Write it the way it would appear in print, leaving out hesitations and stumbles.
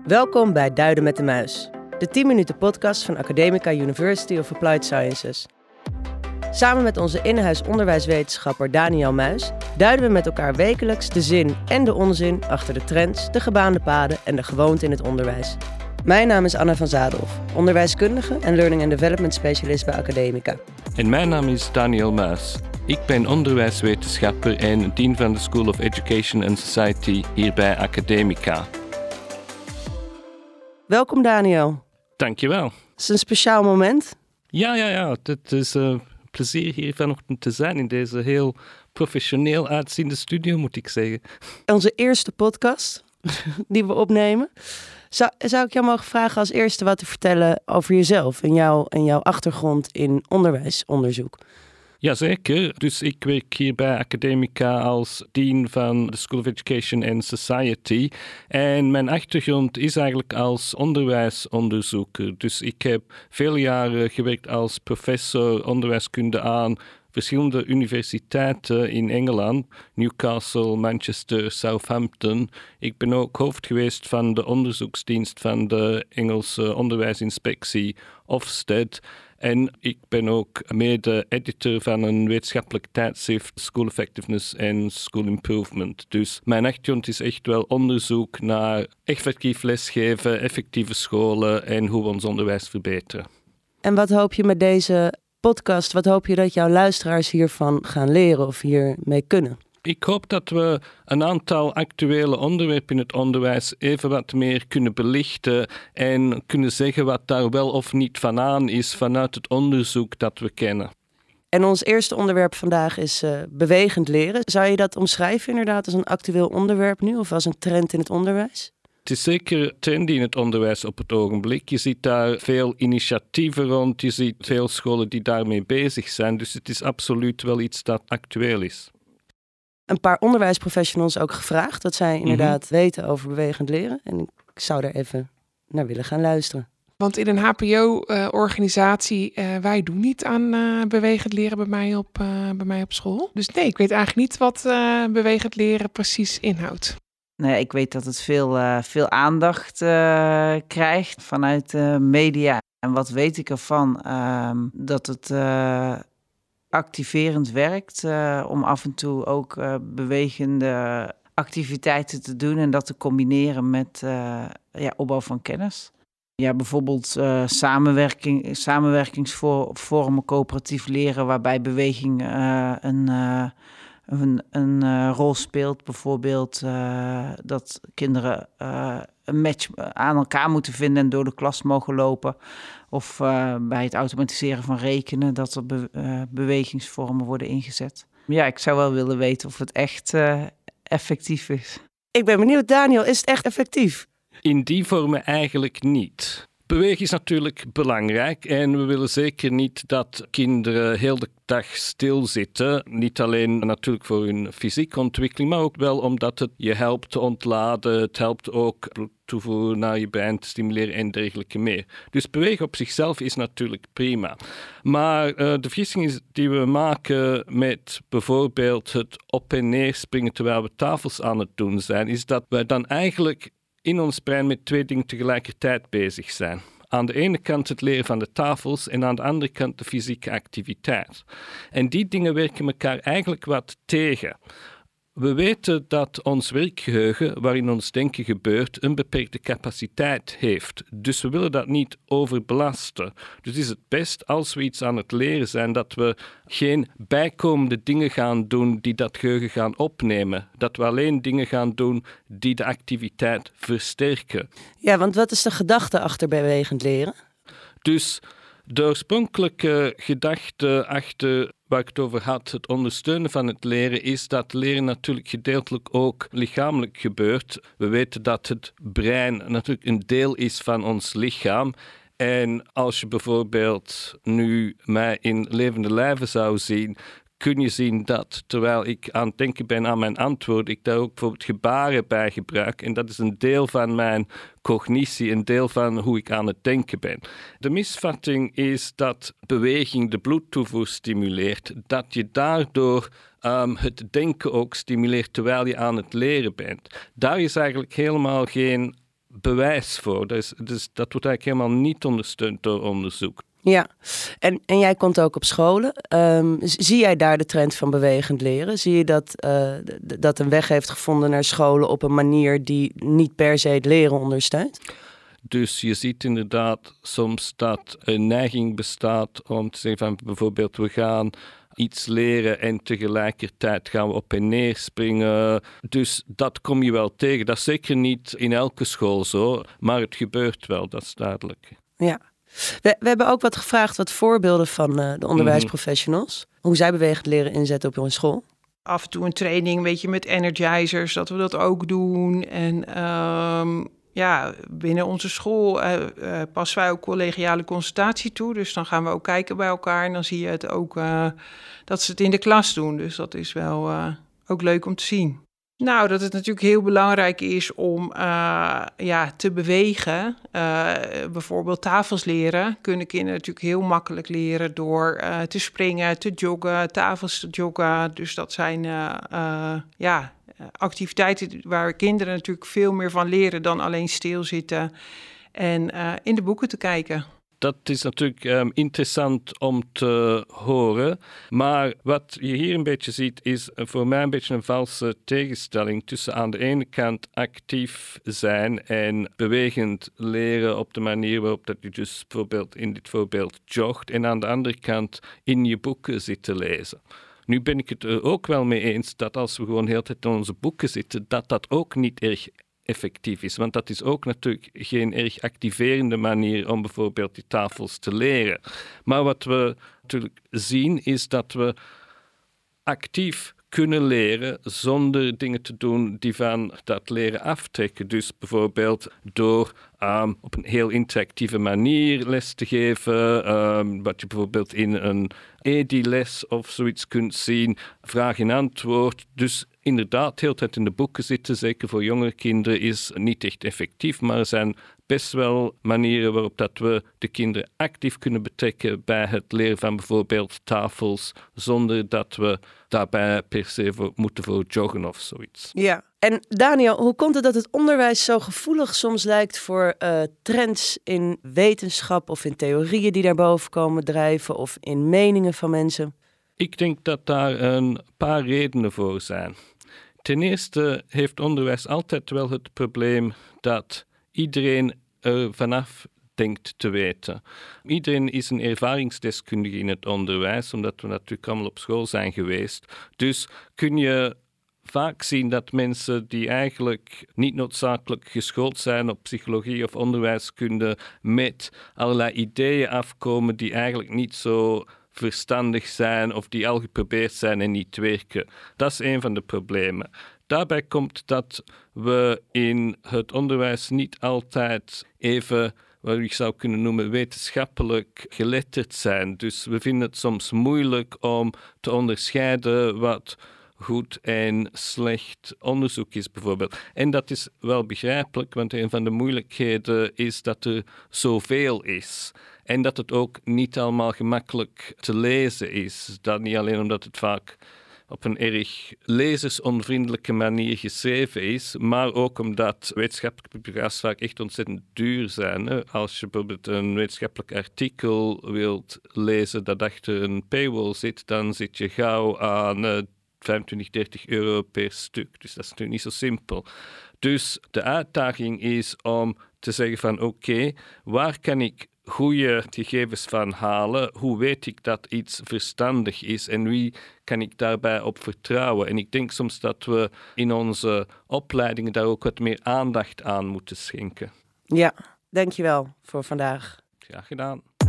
Welkom bij Duiden met de Muis, de 10 minuten podcast van Academica University of Applied Sciences. Samen met onze in-huis onderwijswetenschapper Daniel Muis duiden we met elkaar wekelijks de zin en de onzin achter de trends, de gebaande paden en de gewoonten in het onderwijs. Mijn naam is Anna van Zadelhoff, onderwijskundige en Learning and Development specialist bij Academica. En mijn naam is Daniel Muis. Ik ben onderwijswetenschapper en dean van de School of Education and Society hier bij Academica. Welkom Daniel. Dankjewel. Het is een speciaal moment. Ja. Het is een plezier hier vanochtend te zijn in deze heel professioneel uitziende studio, moet ik zeggen. Onze eerste podcast die we opnemen. Zou ik jou mogen vragen als eerste wat te vertellen over jezelf en jouw achtergrond in onderwijsonderzoek? Jazeker. Dus ik werk hier bij Academica als dean van de School of Education and Society. En mijn achtergrond is eigenlijk als onderwijsonderzoeker. Dus ik heb vele jaren gewerkt als professor onderwijskunde aan verschillende universiteiten in Engeland, Newcastle, Manchester, Southampton. Ik ben ook hoofd geweest van de onderzoeksdienst van de Engelse onderwijsinspectie Ofsted. En ik ben ook mede-editor van een wetenschappelijk tijdschrift School Effectiveness en School Improvement. Dus mijn achtergrond is echt wel onderzoek naar effectief lesgeven, effectieve scholen en hoe we ons onderwijs verbeteren. En wat hoop je met deze podcast, wat hoop je dat jouw luisteraars hiervan gaan leren of hiermee kunnen? Ik hoop dat we een aantal actuele onderwerpen in het onderwijs even wat meer kunnen belichten en kunnen zeggen wat daar wel of niet van aan is vanuit het onderzoek dat we kennen. En ons eerste onderwerp vandaag is bewegend leren. Zou je dat omschrijven inderdaad als een actueel onderwerp nu of als een trend in het onderwijs? Het is zeker trendy in het onderwijs op het ogenblik. Je ziet daar veel initiatieven rond, je ziet veel scholen die daarmee bezig zijn. Dus het is absoluut wel iets dat actueel is. Een paar onderwijsprofessionals ook gevraagd dat zij inderdaad weten over bewegend leren. En ik zou daar even naar willen gaan luisteren. Want in een HPO-organisatie, wij doen niet aan bewegend leren bij mij op school. Dus nee, ik weet eigenlijk niet wat bewegend leren precies inhoudt. Nee, ik weet dat het veel aandacht krijgt vanuit de media. En wat weet ik ervan? Dat het activerend werkt om af en toe ook bewegende activiteiten te doen en dat te combineren met opbouw van kennis. Ja, bijvoorbeeld samenwerkingsvormen, coöperatief leren, waarbij beweging een rol speelt. Bijvoorbeeld dat kinderen een match aan elkaar moeten vinden en door de klas mogen lopen. Of bij het automatiseren van rekenen, dat er bewegingsvormen worden ingezet. Ja, ik zou wel willen weten of het echt effectief is. Ik ben benieuwd, Daniel, is het echt effectief? In die vormen eigenlijk niet. Bewegen is natuurlijk belangrijk en we willen zeker niet dat kinderen heel de dag stilzitten. Niet alleen natuurlijk voor hun fysieke ontwikkeling, maar ook wel omdat het je helpt te ontladen. Het helpt ook toevoer naar je brein te stimuleren en dergelijke meer. Dus bewegen op zichzelf is natuurlijk prima. Maar de vergissing is die we maken met bijvoorbeeld het op- en neerspringen terwijl we tafels aan het doen zijn, is dat wij dan eigenlijk in ons brein met twee dingen tegelijkertijd bezig zijn. Aan de ene kant het leren van de tafels en aan de andere kant de fysieke activiteit. En die dingen werken elkaar eigenlijk wat tegen. We weten dat ons werkgeheugen, waarin ons denken gebeurt, een beperkte capaciteit heeft. Dus we willen dat niet overbelasten. Dus is het best als we iets aan het leren zijn, dat we geen bijkomende dingen gaan doen die dat geheugen gaan opnemen. Dat we alleen dingen gaan doen die de activiteit versterken. Ja, want wat is de gedachte achter bewegend leren? Dus de oorspronkelijke gedachte achter waar ik het over had, het ondersteunen van het leren, is dat leren natuurlijk gedeeltelijk ook lichamelijk gebeurt. We weten dat het brein natuurlijk een deel is van ons lichaam. En als je bijvoorbeeld nu mij in levende lijven zou zien, kun je zien dat terwijl ik aan het denken ben aan mijn antwoord, ik daar ook bijvoorbeeld gebaren bij gebruik. En dat is een deel van mijn cognitie, een deel van hoe ik aan het denken ben. De misvatting is dat beweging de bloedtoevoer stimuleert, dat je daardoor het denken ook stimuleert terwijl je aan het leren bent. Daar is eigenlijk helemaal geen bewijs voor. Dus dat wordt eigenlijk helemaal niet ondersteund door onderzoek. Ja, en jij komt ook op scholen. Zie jij daar de trend van bewegend leren? Zie je dat een weg heeft gevonden naar scholen op een manier die niet per se het leren ondersteunt? Dus je ziet inderdaad soms dat een neiging bestaat om te zeggen van bijvoorbeeld we gaan iets leren en tegelijkertijd gaan we op en neer springen. Dus dat kom je wel tegen. Dat is zeker niet in elke school zo, maar het gebeurt wel, dat is duidelijk. Ja. We hebben ook wat gevraagd, wat voorbeelden van de onderwijsprofessionals. Hoe zij bewegend leren inzetten op hun school. Af en toe een training, weet je, met energizers, dat we dat ook doen. En binnen onze school passen wij ook collegiale consultatie toe. Dus dan gaan we ook kijken bij elkaar en dan zie je het ook dat ze het in de klas doen. Dus dat is wel ook leuk om te zien. Nou, dat het natuurlijk heel belangrijk is om te bewegen. Bijvoorbeeld tafels leren kunnen kinderen natuurlijk heel makkelijk leren door te springen, te joggen, tafels te joggen. Dus dat zijn activiteiten waar kinderen natuurlijk veel meer van leren dan alleen stilzitten en in de boeken te kijken. Dat is natuurlijk interessant om te horen. Maar wat je hier een beetje ziet, is voor mij een beetje een valse tegenstelling tussen aan de ene kant actief zijn en bewegend leren op de manier waarop dat je dus bijvoorbeeld in dit voorbeeld jogt en aan de andere kant in je boeken zit te lezen. Nu ben ik het er ook wel mee eens dat als we gewoon de hele tijd in onze boeken zitten, dat ook niet erg effectief is. Want dat is ook natuurlijk geen erg activerende manier om bijvoorbeeld die tafels te leren. Maar wat we natuurlijk zien is dat we actief kunnen leren zonder dingen te doen die van dat leren aftrekken. Dus bijvoorbeeld door op een heel interactieve manier les te geven, wat je bijvoorbeeld in een EDI-les of zoiets kunt zien, vraag en antwoord. Dus inderdaad, de hele tijd in de boeken zitten, zeker voor jongere kinderen, is niet echt effectief, maar er zijn best wel manieren waarop dat we de kinderen actief kunnen betrekken bij het leren van bijvoorbeeld tafels, zonder dat we daarbij per se moeten voor joggen of zoiets. Ja, en Daniel, hoe komt het dat het onderwijs zo gevoelig soms lijkt voor trends in wetenschap of in theorieën die daarboven komen drijven of in meningen van mensen? Ik denk dat daar een paar redenen voor zijn. Ten eerste heeft onderwijs altijd wel het probleem dat iedereen er vanaf denkt te weten. Iedereen is een ervaringsdeskundige in het onderwijs, omdat we natuurlijk allemaal op school zijn geweest. Dus kun je vaak zien dat mensen die eigenlijk niet noodzakelijk geschoold zijn op psychologie of onderwijskunde met allerlei ideeën afkomen die eigenlijk niet zo verstandig zijn of die al geprobeerd zijn en niet werken. Dat is een van de problemen. Daarbij komt dat we in het onderwijs niet altijd even, wat ik zou kunnen noemen, wetenschappelijk geletterd zijn. Dus we vinden het soms moeilijk om te onderscheiden wat goed en slecht onderzoek is bijvoorbeeld. En dat is wel begrijpelijk, want een van de moeilijkheden is dat er zoveel is. En dat het ook niet allemaal gemakkelijk te lezen is. Dat niet alleen omdat het vaak op een erg lezersonvriendelijke manier geschreven is, maar ook omdat wetenschappelijke publicaties vaak echt ontzettend duur zijn. Hè. Als je bijvoorbeeld een wetenschappelijk artikel wilt lezen dat achter een paywall zit, dan zit je gauw aan 25, 30 euro per stuk. Dus dat is natuurlijk niet zo simpel. Dus de uitdaging is om te zeggen van oké, waar kan ik goede gegevens van halen? Hoe weet ik dat iets verstandig is en wie kan ik daarbij op vertrouwen? En ik denk soms dat we in onze opleidingen daar ook wat meer aandacht aan moeten schenken. Ja, dankjewel voor vandaag. Graag gedaan.